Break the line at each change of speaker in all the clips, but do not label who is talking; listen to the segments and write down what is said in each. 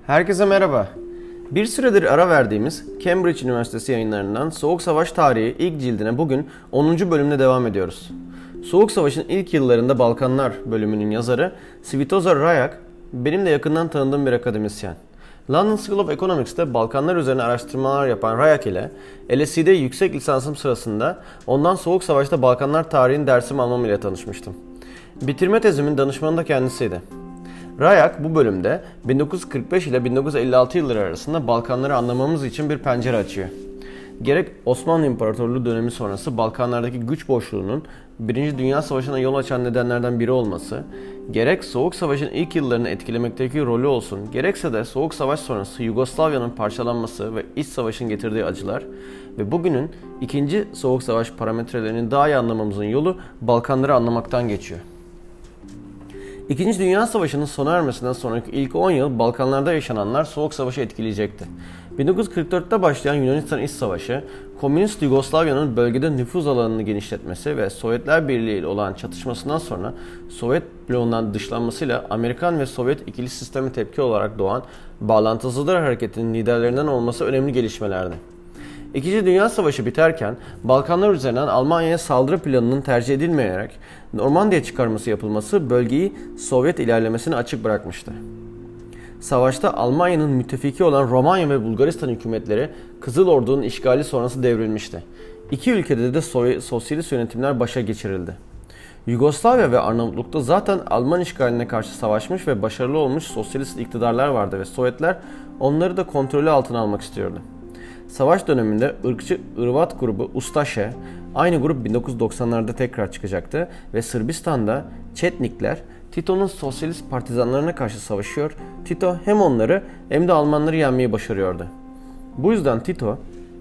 Herkese merhaba. Bir süredir ara verdiğimiz Cambridge Üniversitesi yayınlarından Soğuk Savaş Tarihi ilk cildine bugün 10. bölümle devam ediyoruz. Soğuk Savaş'ın ilk yıllarında Balkanlar bölümünün yazarı Svetozar Rayak, benim de yakından tanıdığım bir akademisyen. London School of Economics'te Balkanlar üzerine araştırmalar yapan Rayak ile LSE'de yüksek lisansım sırasında ondan Soğuk Savaş'ta Balkanlar tarihini dersimi almam ile tanışmıştım. Bitirme tezimin danışmanı da kendisiydi. Rayak bu bölümde 1945 ile 1956 yılları arasında Balkanları anlamamız için bir pencere açıyor. Gerek Osmanlı İmparatorluğu dönemi sonrası Balkanlardaki güç boşluğunun 1. Dünya Savaşı'na yol açan nedenlerden biri olması, gerek Soğuk Savaş'ın ilk yıllarını etkilemekteki rolü olsun, gerekse de Soğuk Savaş sonrası Yugoslavya'nın parçalanması ve İç Savaş'ın getirdiği acılar ve bugünün 2. Soğuk Savaş parametrelerini daha iyi anlamamızın yolu Balkanları anlamaktan geçiyor. İkinci Dünya Savaşı'nın sona ermesinden sonraki ilk 10 yıl Balkanlarda yaşananlar Soğuk Savaş'ı etkileyecekti. 1944'te başlayan Yunanistan İç Savaşı, Komünist Yugoslavya'nın bölgede nüfuz alanını genişletmesi ve Sovyetler Birliği ile olan çatışmasından sonra Sovyet bloğundan dışlanmasıyla Amerikan ve Sovyet ikili sistemi tepki olarak doğan Bağlantısızlar Hareketi'nin liderlerinden olması önemli gelişmelerdi. İkinci Dünya Savaşı biterken Balkanlar üzerinden Almanya'ya saldırı planının tercih edilmeyerek Normandiya çıkarması yapılması bölgeyi Sovyet ilerlemesine açık bırakmıştı. Savaşta Almanya'nın müttefiki olan Romanya ve Bulgaristan hükümetleri Kızıl Ordu'nun işgali sonrası devrilmişti. İki ülkede de sosyalist yönetimler başa geçirildi. Yugoslavya ve Arnavutluk'ta zaten Alman işgaline karşı savaşmış ve başarılı olmuş sosyalist iktidarlar vardı ve Sovyetler onları da kontrolü altına almak istiyordu. Savaş döneminde ırkçı Hırvat grubu Ustaše, aynı grup 1990'larda tekrar çıkacaktı ve Sırbistan'da Çetnikler Tito'nun sosyalist partizanlarına karşı savaşıyor, Tito hem onları hem de Almanları yenmeyi başarıyordu. Bu yüzden Tito,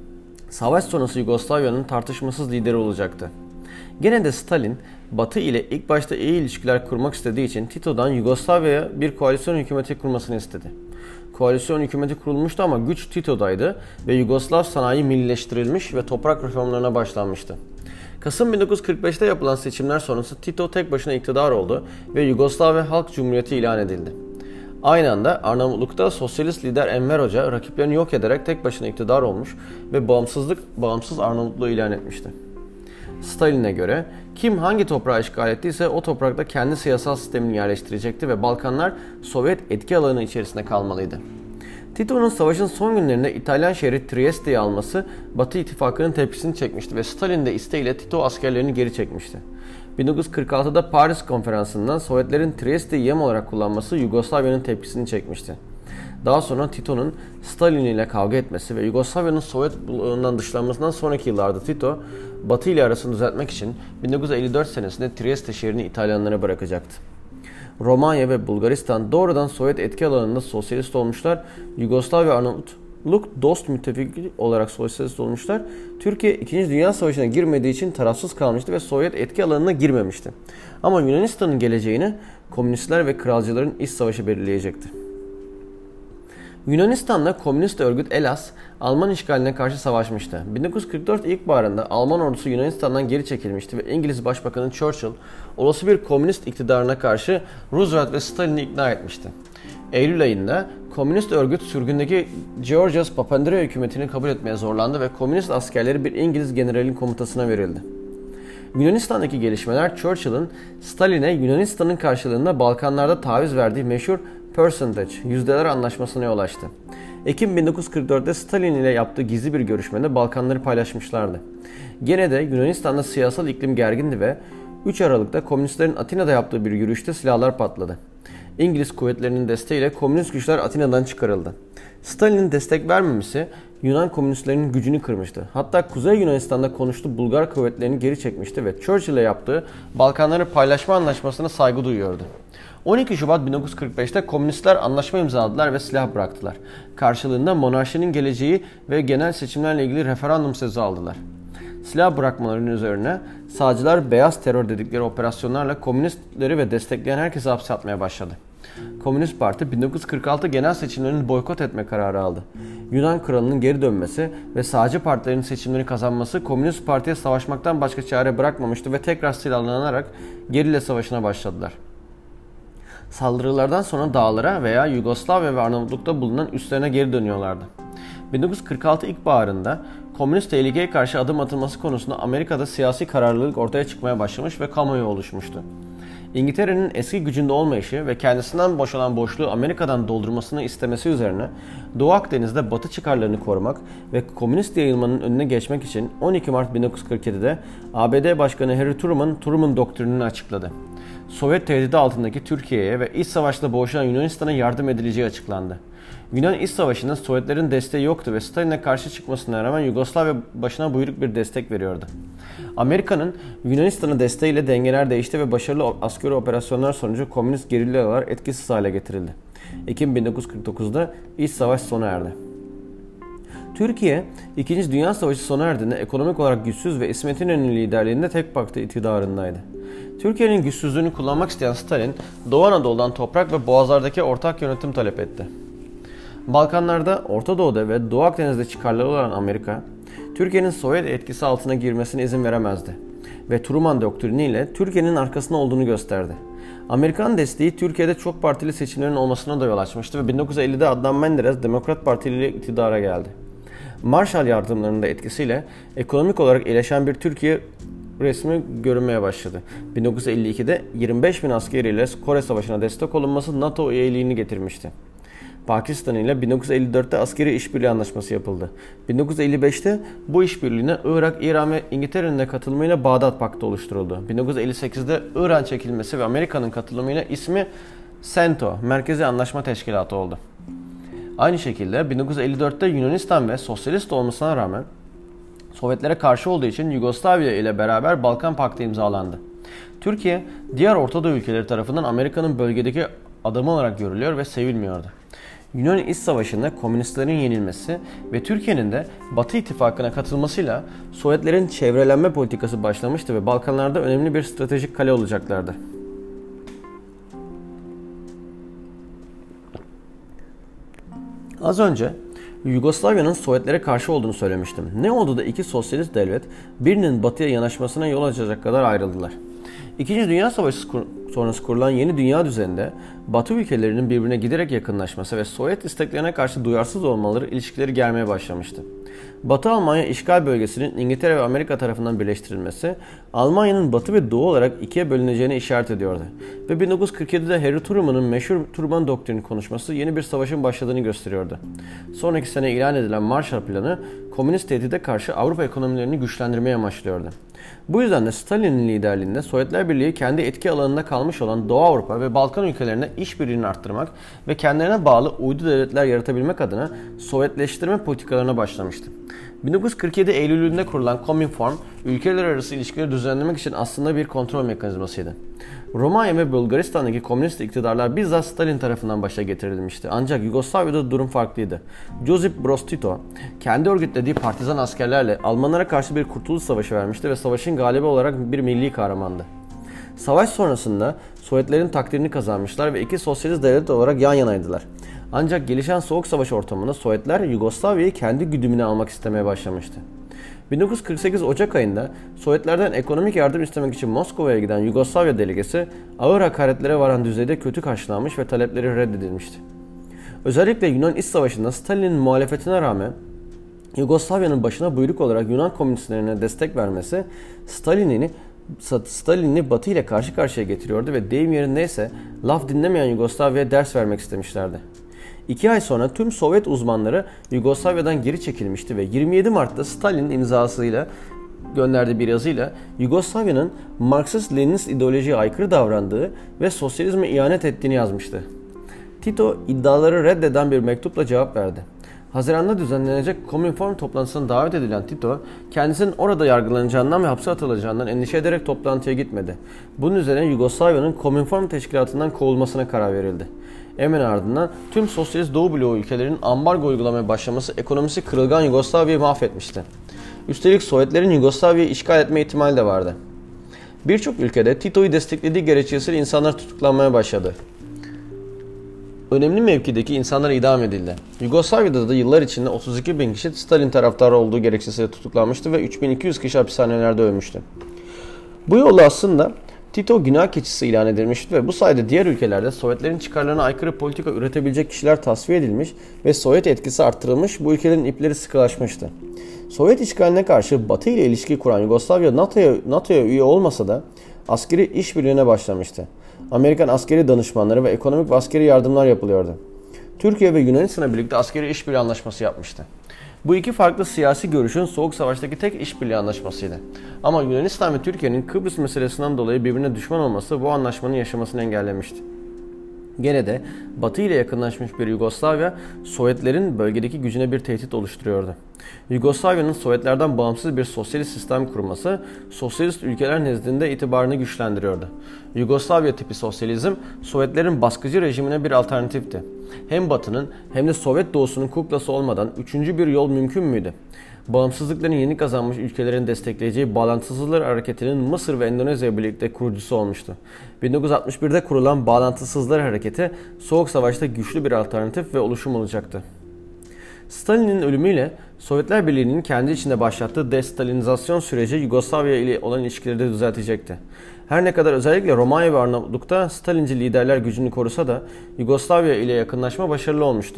savaş sonrası Yugoslavya'nın tartışmasız lideri olacaktı. Gene de Stalin, Batı ile ilk başta iyi ilişkiler kurmak istediği için Tito'dan Yugoslavya'ya bir koalisyon hükümeti kurmasını istedi. Koalisyon hükümeti kurulmuştu ama güç Tito'daydı ve Yugoslav sanayi millileştirilmiş ve toprak reformlarına başlanmıştı. Kasım 1945'te yapılan seçimler sonrası Tito tek başına iktidar oldu ve Yugoslavya Halk Cumhuriyeti ilan edildi. Aynı anda Arnavutluk'ta sosyalist lider Enver Hoca rakiplerini yok ederek tek başına iktidar olmuş ve bağımsız Arnavutluğu ilan etmişti. Stalin'e göre kim hangi toprağı işgal ettiyse o toprakta kendi siyasal sistemini yerleştirecekti ve Balkanlar Sovyet etki alanı içerisinde kalmalıydı. Tito'nun savaşın son günlerinde İtalyan şehri Trieste'yi alması Batı ittifakının tepkisini çekmişti ve Stalin de isteğiyle Tito askerlerini geri çekmişti. 1946'da Paris Konferansı'ndan Sovyetlerin Trieste'yi yem olarak kullanması Yugoslavya'nın tepkisini çekmişti. Daha sonra Tito'nun Stalin ile kavga etmesi ve Yugoslavya'nın Sovyet bloğundan dışlanmasından sonraki yıllarda Tito, Batı ile arasını düzeltmek için 1954 senesinde Trieste şehrini İtalyanlara bırakacaktı. Romanya ve Bulgaristan doğrudan Sovyet etki alanında sosyalist olmuşlar, Yugoslavya Arnavutluk dost müttefiki olarak sosyalist olmuşlar. Türkiye 2. Dünya Savaşı'na girmediği için tarafsız kalmıştı ve Sovyet etki alanına girmemişti. Ama Yunanistan'ın geleceğini komünistler ve kralcıların iç savaşı belirleyecekti. Yunanistan'da komünist örgüt Elas, Alman işgaline karşı savaşmıştı. 1944 ilkbaharında Alman ordusu Yunanistan'dan geri çekilmişti ve İngiliz Başbakanı Churchill, olası bir komünist iktidarına karşı Roosevelt ve Stalin'i ikna etmişti. Eylül ayında komünist örgüt sürgündeki Georgios Papandreou hükümetini kabul etmeye zorlandı ve komünist askerleri bir İngiliz generalin komutasına verildi. Yunanistan'daki gelişmeler Churchill'ın Stalin'e Yunanistan'ın karşılığında Balkanlarda taviz verdiği meşhur Percentage, yüzdeler anlaşmasına yol açtı. Ekim 1944'te Stalin ile yaptığı gizli bir görüşmede Balkanları paylaşmışlardı. Gene de Yunanistan'da siyasal iklim gergindi ve 3 Aralık'ta komünistlerin Atina'da yaptığı bir yürüyüşte silahlar patladı. İngiliz kuvvetlerinin desteğiyle komünist güçler Atina'dan çıkarıldı. Stalin'in destek vermemesi Yunan komünistlerinin gücünü kırmıştı. Hatta Kuzey Yunanistan'da konuştuğu Bulgar kuvvetlerini geri çekmişti ve Churchill'e yaptığı Balkanları paylaşma anlaşmasına saygı duyuyordu. 12 Şubat 1945'te komünistler anlaşma imzaladılar ve silah bıraktılar. Karşılığında monarşinin geleceği ve genel seçimlerle ilgili referandum sözü aldılar. Silah bırakmalarının üzerine sağcılar beyaz terör dedikleri operasyonlarla komünistleri ve destekleyen herkesi hapse atmaya başladı. Komünist Parti 1946 genel seçimlerini boykot etme kararı aldı. Yunan kralının geri dönmesi ve sağcı partilerin seçimleri kazanması Komünist Parti'ye savaşmaktan başka çare bırakmamıştı ve tekrar silahlanarak gerilla savaşına başladılar. Saldırılardan sonra dağlara veya Yugoslavya ve Arnavutluk'ta bulunan üslerine geri dönüyorlardı. 1946 ilkbaharında komünist tehlikeye karşı adım atılması konusunda Amerika'da siyasi kararlılık ortaya çıkmaya başlamış ve kamuoyu oluşmuştu. İngiltere'nin eski gücünde olmayışı ve kendisinden boşalan boşluğu Amerika'dan doldurmasını istemesi üzerine Doğu Akdeniz'de Batı çıkarlarını korumak ve komünist yayılmanın önüne geçmek için 12 Mart 1947'de ABD Başkanı Harry Truman, Truman Doktrinini açıkladı. Sovyet tehdidi altındaki Türkiye'ye ve iç savaşta boğuşan Yunanistan'a yardım edileceği açıklandı. Yunan İç Savaşı'nda Sovyetlerin desteği yoktu ve Stalin'e karşı çıkmasına rağmen Yugoslavya başına buyruk bir destek veriyordu. Amerika'nın Yunanistan'a desteğiyle dengeler değişti ve başarılı askeri operasyonlar sonucu komünist gerillalar etkisiz hale getirildi. Ekim 1949'da İç Savaş sona erdi. Türkiye, 2. Dünya Savaşı sona erdiğinde ekonomik olarak güçsüz ve İsmet İnönü liderliğinde tek parti iktidarındaydı. Türkiye'nin güçsüzlüğünü kullanmak isteyen Stalin, Doğu Anadolu'dan toprak ve boğazlardaki ortak yönetim talep etti. Balkanlarda, Orta Doğu'da ve Doğu Akdeniz'de çıkarları olan Amerika, Türkiye'nin Sovyet etkisi altına girmesine izin veremezdi ve Truman Doktrini ile Türkiye'nin arkasında olduğunu gösterdi. Amerikan desteği Türkiye'de çok partili seçimlerin olmasına da yol açmıştı ve 1950'de Adnan Menderes Demokrat Parti ile iktidara geldi. Marshall yardımlarının da etkisiyle ekonomik olarak iyileşen bir Türkiye resmi görünmeye başladı. 1952'de 25 bin askeriyle Kore Savaşı'na destek olunması NATO üyeliğini getirmişti. Pakistan ile 1954'te askeri işbirliği anlaşması yapıldı. 1955'te bu işbirliğine Irak, İran ve İngiltere'nin de katılımıyla Bağdat Paktı oluşturuldu. 1958'de İran çekilmesi ve Amerika'nın katılımıyla ismi CENTO, Merkezi Anlaşma Teşkilatı oldu. Aynı şekilde 1954'te Yunanistan ve sosyalist olmasına rağmen Sovyetlere karşı olduğu için Yugoslavya ile beraber Balkan Paktı imzalandı. Türkiye, diğer Orta Doğu ülkeleri tarafından Amerika'nın bölgedeki adamı olarak görülüyor ve sevilmiyordu. Yunan İç Savaşı'nda komünistlerin yenilmesi ve Türkiye'nin de Batı İttifakı'na katılmasıyla Sovyetlerin çevrelenme politikası başlamıştı ve Balkanlarda önemli bir stratejik kale olacaklardı. Az önce Yugoslavya'nın Sovyetlere karşı olduğunu söylemiştim. Ne oldu da iki sosyalist devlet birinin batıya yanaşmasına yol açacak kadar ayrıldılar? İkinci Dünya Savaşı sonrası kurulan yeni dünya düzeninde Batı ülkelerinin birbirine giderek yakınlaşması ve Sovyet isteklerine karşı duyarsız olmaları ilişkileri germeye başlamıştı. Batı Almanya işgal bölgesinin İngiltere ve Amerika tarafından birleştirilmesi, Almanya'nın Batı ve Doğu olarak ikiye bölüneceğine işaret ediyordu. Ve 1947'de Harry Truman'ın meşhur Truman Doktrini konuşması yeni bir savaşın başladığını gösteriyordu. Sonraki sene ilan edilen Marshall Planı, komünist tehdide karşı Avrupa ekonomilerini güçlendirmeye amaçlıyordu. Bu yüzden de Stalin'in liderliğinde Sovyetler Birliği kendi etki alanında kalmış olan Doğu Avrupa ve Balkan ülkelerine işbirliğini arttırmak ve kendilerine bağlı uydu devletler yaratabilmek adına Sovyetleştirme politikalarına başlamıştı. 1947 Eylül'ünde kurulan Kominform, ülkeler arası ilişkileri düzenlemek için aslında bir kontrol mekanizmasıydı. Romanya ve Bulgaristan'daki komünist iktidarlar bizzat Stalin tarafından başa getirilmişti. Ancak Yugoslavya'da durum farklıydı. Josip Broz Tito, kendi örgütlediği partizan askerlerle Almanlara karşı bir kurtuluş savaşı vermişti ve savaşın galibi olarak bir milli kahramandı. Savaş sonrasında Sovyetlerin takdirini kazanmışlar ve iki sosyalist devlet olarak yan yanaydılar. Ancak gelişen Soğuk Savaş ortamında Sovyetler Yugoslavya'yı kendi güdümüne almak istemeye başlamıştı. 1948 Ocak ayında Sovyetlerden ekonomik yardım istemek için Moskova'ya giden Yugoslavya delegesi ağır hakaretlere varan düzeyde kötü karşılanmış ve talepleri reddedilmişti. Özellikle Yunan İç Savaşı'nda Stalin'in muhalefetine rağmen Yugoslavya'nın başına buyruk olarak Yunan komünistlerine destek vermesi Stalin'i Batı ile karşı karşıya getiriyordu ve deyim yerindeyse laf dinlemeyen Yugoslavya'ya ders vermek istemişlerdi. 2 ay sonra tüm Sovyet uzmanları Yugoslavya'dan geri çekilmişti ve 27 Mart'ta Stalin'in imzasıyla gönderdiği bir yazıyla Yugoslavya'nın Marksist-Leninist ideolojiye aykırı davrandığı ve sosyalizme ihanet ettiğini yazmıştı. Tito iddiaları reddeden bir mektupla cevap verdi. Haziran'da düzenlenecek Kominform toplantısına davet edilen Tito, kendisinin orada yargılanacağından ve hapse atılacağından endişe ederek toplantıya gitmedi. Bunun üzerine Yugoslavya'nın Kominform teşkilatından kovulmasına karar verildi. Hemen ardından tüm sosyalist Doğu bloğu ülkelerinin ambargo uygulamaya başlaması ekonomisi kırılgan Yugoslavya'yı mahvetmişti. Üstelik Sovyetlerin Yugoslavya'yı işgal etme ihtimali de vardı. Birçok ülkede Tito'yu desteklediği gerekçesiyle insanlar tutuklanmaya başladı. Önemli mevkideki insanlar idam edildi. Yugoslavya'da da yıllar içinde 32 bin kişi Stalin taraftarı olduğu gerekçesiyle tutuklanmıştı ve 3200 kişi hapishanelerde ölmüştü. Bu yolla aslında Tito günah keçisi ilan edilmişti ve bu sayede diğer ülkelerde Sovyetlerin çıkarlarına aykırı politika üretebilecek kişiler tasfiye edilmiş ve Sovyet etkisi arttırılmış, bu ülkelerin ipleri sıkılaşmıştı. Sovyet işgaline karşı Batı ile ilişki kuran Yugoslavya NATO'ya üye olmasa da askeri işbirliğine başlamıştı. Amerikan askeri danışmanları ve ekonomik ve askeri yardımlar yapılıyordu. Türkiye ve Yunanistan'la birlikte askeri işbirliği anlaşması yapmıştı. Bu iki farklı siyasi görüşün Soğuk Savaş'taki tek işbirliği anlaşmasıydı. Ama Yunanistan ve Türkiye'nin Kıbrıs meselesinden dolayı birbirine düşman olması bu anlaşmanın yaşamasını engellemişti. Gene de Batı ile yakınlaşmış bir Yugoslavya, Sovyetlerin bölgedeki gücüne bir tehdit oluşturuyordu. Yugoslavya'nın Sovyetlerden bağımsız bir sosyalist sistem kurması, sosyalist ülkeler nezdinde itibarını güçlendiriyordu. Yugoslavya tipi sosyalizm, Sovyetlerin baskıcı rejimine bir alternatifti. Hem Batı'nın hem de Sovyet doğusunun kuklası olmadan üçüncü bir yol mümkün müydü? Bağımsızlıkların yeni kazanmış ülkelerin destekleyeceği Bağlantısızlar Hareketi'nin Mısır ve Endonezya birlikte kurucusu olmuştu. 1961'de kurulan Bağlantısızlar Hareketi, Soğuk Savaş'ta güçlü bir alternatif ve oluşum olacaktı. Stalin'in ölümüyle Sovyetler Birliği'nin kendi içinde başlattığı destalinizasyon süreci Yugoslavya ile olan ilişkileri de düzeltecekti. Her ne kadar özellikle Romanya ve Arnavutluk'ta Stalinci liderler gücünü korusa da Yugoslavya ile yakınlaşma başarılı olmuştu.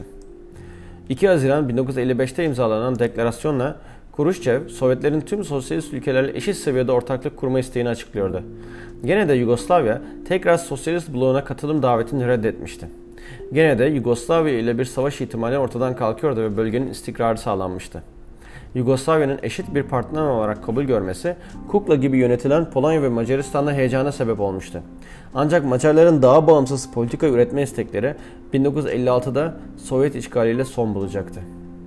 2 Haziran 1955'te imzalanan deklarasyonla Kruşçev, Sovyetlerin tüm sosyalist ülkelerle eşit seviyede ortaklık kurma isteğini açıklıyordu. Gene de Yugoslavya tekrar sosyalist bloğuna katılım davetini reddetmişti. Gene de Yugoslavya ile bir savaş ihtimali ortadan kalkıyordu ve bölgenin istikrarı sağlanmıştı. Yugoslavya'nın eşit bir partner olarak kabul görmesi, kukla gibi yönetilen Polonya ve Macaristan'da heyecana sebep olmuştu. Ancak Macarların daha bağımsız politika üretme istekleri 1956'da Sovyet işgaliyle son bulacaktı.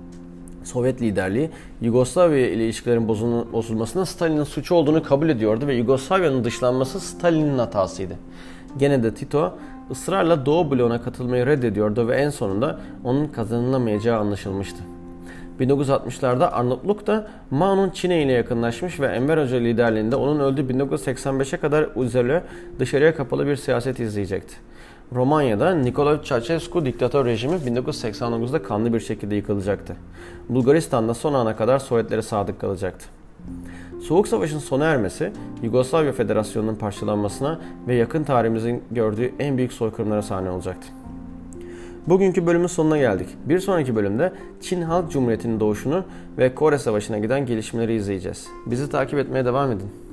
Sovyet liderliği Yugoslavya ile ilişkilerin bozulmasının Stalin'in suçu olduğunu kabul ediyordu ve Yugoslavya'nın dışlanması Stalin'in hatasıydı. Gene de Tito ısrarla Doğu bloğuna katılmayı reddediyordu ve en sonunda onun kazanılamayacağı anlaşılmıştı. 1960'larda Arnavutluk da Mao'nun Çin'e ile yakınlaşmış ve Enver Hoca liderliğinde onun öldüğü 1985'e kadar izole, dışarıya kapalı bir siyaset izleyecekti. Romanya'da Nicolae Ceausescu diktatör rejimi 1989'da kanlı bir şekilde yıkılacaktı. Bulgaristan'da son ana kadar Sovyetlere sadık kalacaktı. Soğuk Savaş'ın sona ermesi, Yugoslavya Federasyonu'nun parçalanmasına ve yakın tarihimizin gördüğü en büyük soykırımlara sahne olacaktı. Bugünkü bölümün sonuna geldik. Bir sonraki bölümde Çin Halk Cumhuriyeti'nin doğuşunu ve Kore Savaşı'na giden gelişmeleri izleyeceğiz. Bizi takip etmeye devam edin.